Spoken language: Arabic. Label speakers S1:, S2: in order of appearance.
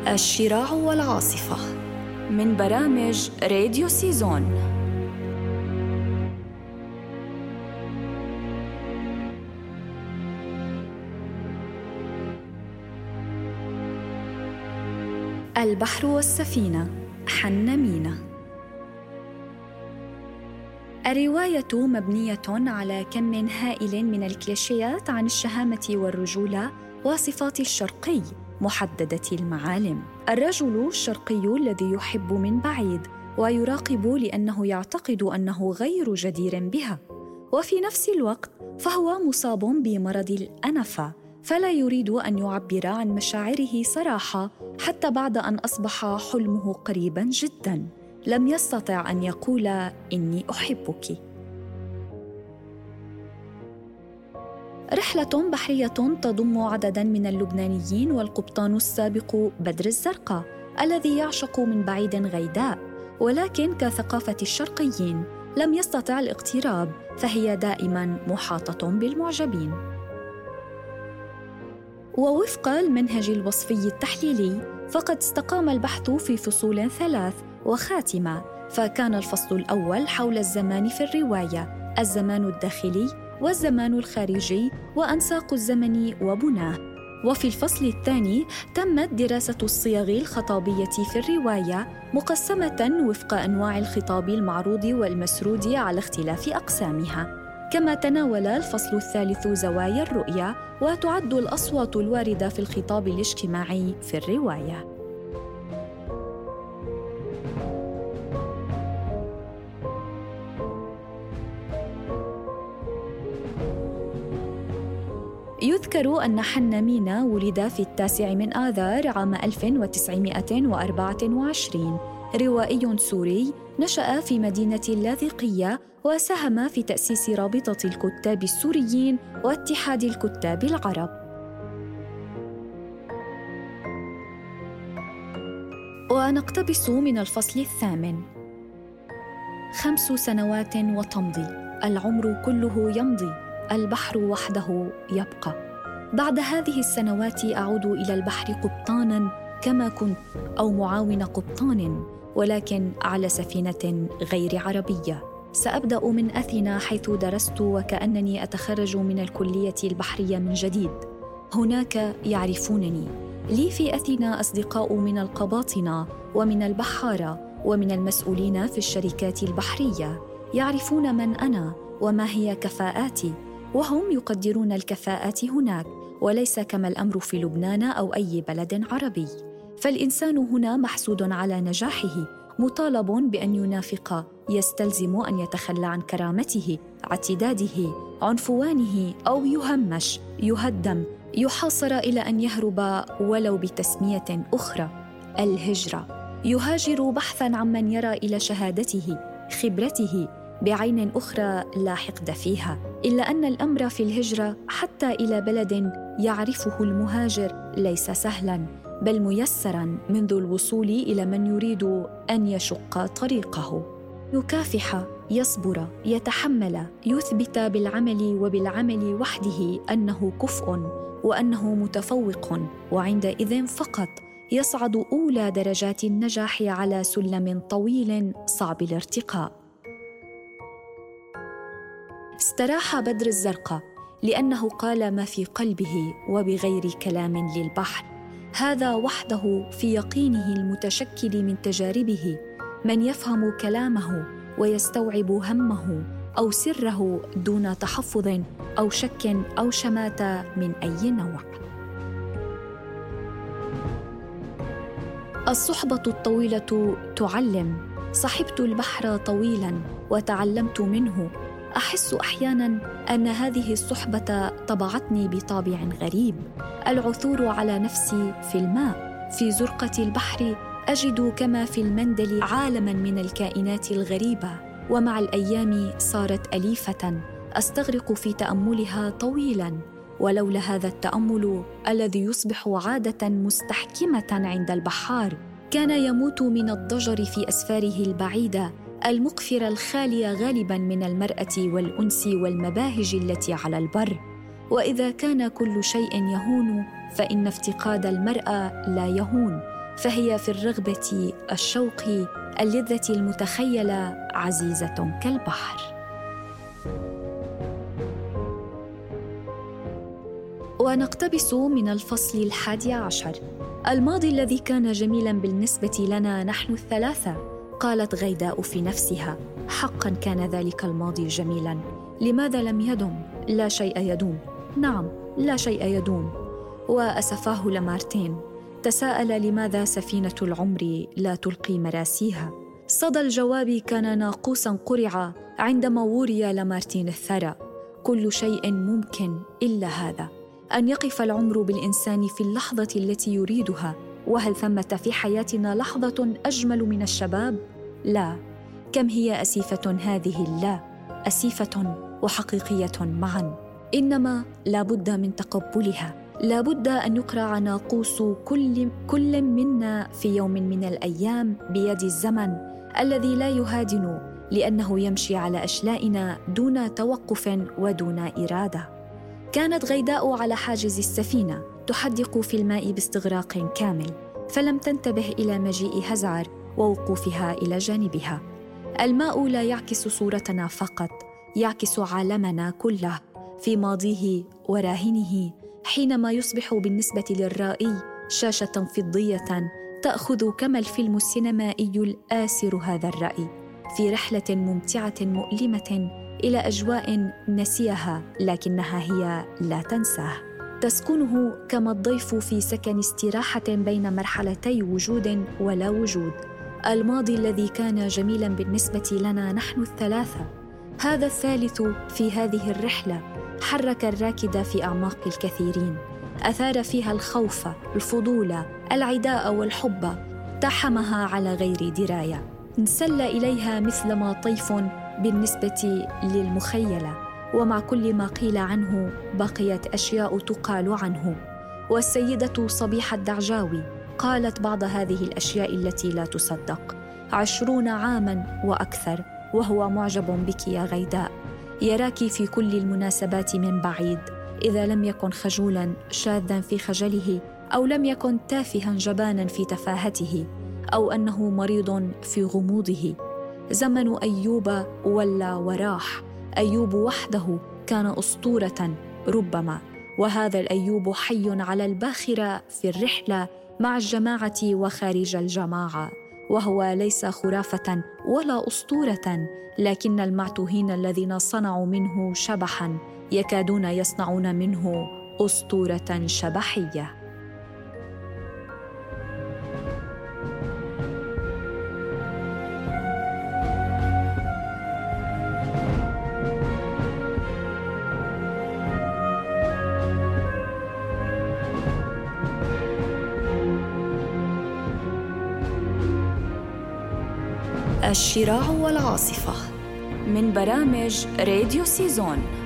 S1: الشراع والعاصفة من برامج راديو سيزون. البحر والسفينة، حنا مينا. الرواية مبنية على كم هائل من الكليشيات عن الشهامة والرجولة وصفات الشرقي محددة المعالم. الرجل الشرقي الذي يحب من بعيد ويراقب لأنه يعتقد أنه غير جدير بها، وفي نفس الوقت فهو مصاب بمرض الأنفة، فلا يريد أن يعبر عن مشاعره صراحة حتى بعد أن أصبح حلمه قريباً جداً. لم يستطع أن يقول إني أحبك. رحلة بحرية تضم عدداً من اللبنانيين والقبطان السابق بدر الزرقاء الذي يعشق من بعيد غيداء، ولكن كثقافة الشرقيين لم يستطع الاقتراب، فهي دائماً محاطة بالمعجبين. ووفق المنهج الوصفي التحليلي فقد استقام البحث في فصول 3 وخاتمة، فكان الفصل الأول حول الزمان في الرواية، الزمان الداخلي والزمان الخارجي وأنساق الزمن وبناه. وفي الفصل الثاني تمت دراسة الصيغ الخطابية في الرواية مقسمة وفق أنواع الخطاب المعروض والمسرود على اختلاف أقسامها. كما تناول الفصل الثالث زوايا الرؤية، وتعد الأصوات الواردة في الخطاب الاجتماعي في الرواية. يذكر أن حنا مينا ولد في 9 من آذار عام 1924، روائي سوري نشأ في مدينة اللاذقية، وساهم في تأسيس رابطة الكتاب السوريين واتحاد الكتاب العرب. ونقتبس من الفصل الثامن: 5 سنوات وتمضي، العمر كله يمضي، البحر وحده يبقى. بعد هذه السنوات أعود إلى البحر قبطاناً كما كنت، أو معاون قبطان، ولكن على سفينة غير عربية. سأبدأ من أثينا حيث درست وكأنني أتخرج من الكلية البحرية من جديد. هناك يعرفونني، لي في أثينا أصدقاء من القباطنة ومن البحارة ومن المسؤولين في الشركات البحرية، يعرفون من أنا وما هي كفاءاتي، وهم يقدرون الكفاءات هناك، وليس كما الأمر في لبنان أو أي بلد عربي. فالإنسان هنا محسود على نجاحه، مطالب بأن ينافق، يستلزم أن يتخلى عن كرامته، اعتداده، عنفوانه، أو يهمش، يهدم، يحاصر إلى أن يهرب ولو بتسمية أخرى: الهجرة. يهاجر بحثاً عمن يرى إلى شهادته، خبرته، بعين أخرى لا حقد فيها. إلا أن الأمر في الهجرة حتى إلى بلد يعرفه المهاجر ليس سهلاً، بل ميسراً منذ الوصول إلى من يريد أن يشق طريقه. يكافح، يصبر، يتحمل، يثبت بالعمل وبالعمل وحده أنه كفء وأنه متفوق، وعندئذ فقط يصعد أولى درجات النجاح على سلم طويل صعب الارتقاء. استراح بدر الزرقاء لأنه قال ما في قلبه وبغير كلام للبحر. هذا وحده في يقينه المتشكل من تجاربه. من يفهم كلامه ويستوعب همه أو سره دون تحفظ أو شك أو شماتة من أي نوع. الصحبة الطويلة تعلم. صحبت البحر طويلاً وتعلمت منه. أحس أحياناً أن هذه الصحبة طبعتني بطابع غريب. العثور على نفسي في الماء، في زرقة البحر، أجد كما في المندل عالماً من الكائنات الغريبة، ومع الأيام صارت أليفة أستغرق في تأملها طويلاً. ولولا هذا التأمل الذي يصبح عادة مستحكمة عند البحار، كان يموت من الضجر في أسفاره البعيدة المقفرة الخالية غالباً من المرأة والأنس والمباهج التي على البر. وإذا كان كل شيء يهون، فإن افتقاد المرأة لا يهون، فهي في الرغبة، الشوق، اللذة المتخيلة عزيزة كالبحر. ونقتبس من الفصل 11: الماضي الذي كان جميلاً بالنسبة لنا نحن الثلاثة. قالت غيداء في نفسها: حقاً كان ذلك الماضي جميلاً. لماذا لم يدم؟ لا شيء يدوم. نعم، لا شيء يدوم. وأسفاه لامارتين. تساءل لماذا سفينة العمر لا تلقي مراسيها. صدى الجواب كان ناقوساً قرع عندما وري لامارتين الثرى: كل شيء ممكن إلا هذا، أن يقف العمر بالإنسان في اللحظة التي يريدها. وهل ثمة في حياتنا لحظة أجمل من الشباب؟ لا. كم هي أسيفة هذه اللا، أسيفة وحقيقية معاً. إنما لا بد من تقبلها. لا بد أن يقرع ناقوس كل منا في يوم من الأيام بيد الزمن الذي لا يهادن، لأنه يمشي على أشلائنا دون توقف ودون إرادة. كانت غيداء على حاجز السفينة تحدق في الماء باستغراق كامل، فلم تنتبه إلى مجيء هزعر ووقوفها إلى جانبها. الماء لا يعكس صورتنا فقط، يعكس عالمنا كله في ماضيه وراهنه، حينما يصبح بالنسبة للرائي شاشة فضية تأخذ كما الفيلم السينمائي الآسر هذا الرأي في رحلة ممتعة مؤلمة إلى أجواء نسيها لكنها هي لا تنساه. تسكنه كما الضيف في سكن استراحة بين مرحلتي وجود ولا وجود. الماضي الذي كان جميلاً بالنسبة لنا نحن الثلاثة، هذا الثالث في هذه الرحلة، حرك الراكد في أعماق الكثيرين، أثار فيها الخوف، الفضول، العداء والحب، تحمها على غير دراية، انسل إليها مثلما طيف بالنسبة للمخيلة. ومع كل ما قيل عنه بقيت أشياء تقال عنه. والسيدة صبيحة الدعجاوي قالت بعض هذه الأشياء التي لا تصدق. 20 عاماً وأكثر وهو معجب بك يا غيداء، يراك في كل المناسبات من بعيد، إذا لم يكن خجولاً شاذاً في خجله، أو لم يكن تافهاً جباناً في تفاهته، أو أنه مريض في غموضه. زمن أيوب ولى وراح. أيوب وحده كان أسطورة ربما، وهذا الأيوب حي على الباخرة في الرحلة مع الجماعة وخارج الجماعة، وهو ليس خرافة ولا أسطورة، لكن المعتوهين الذين صنعوا منه شبحاً يكادون يصنعون منه أسطورة شبحية. الشراع والعاصفة من برامج راديو سيزون.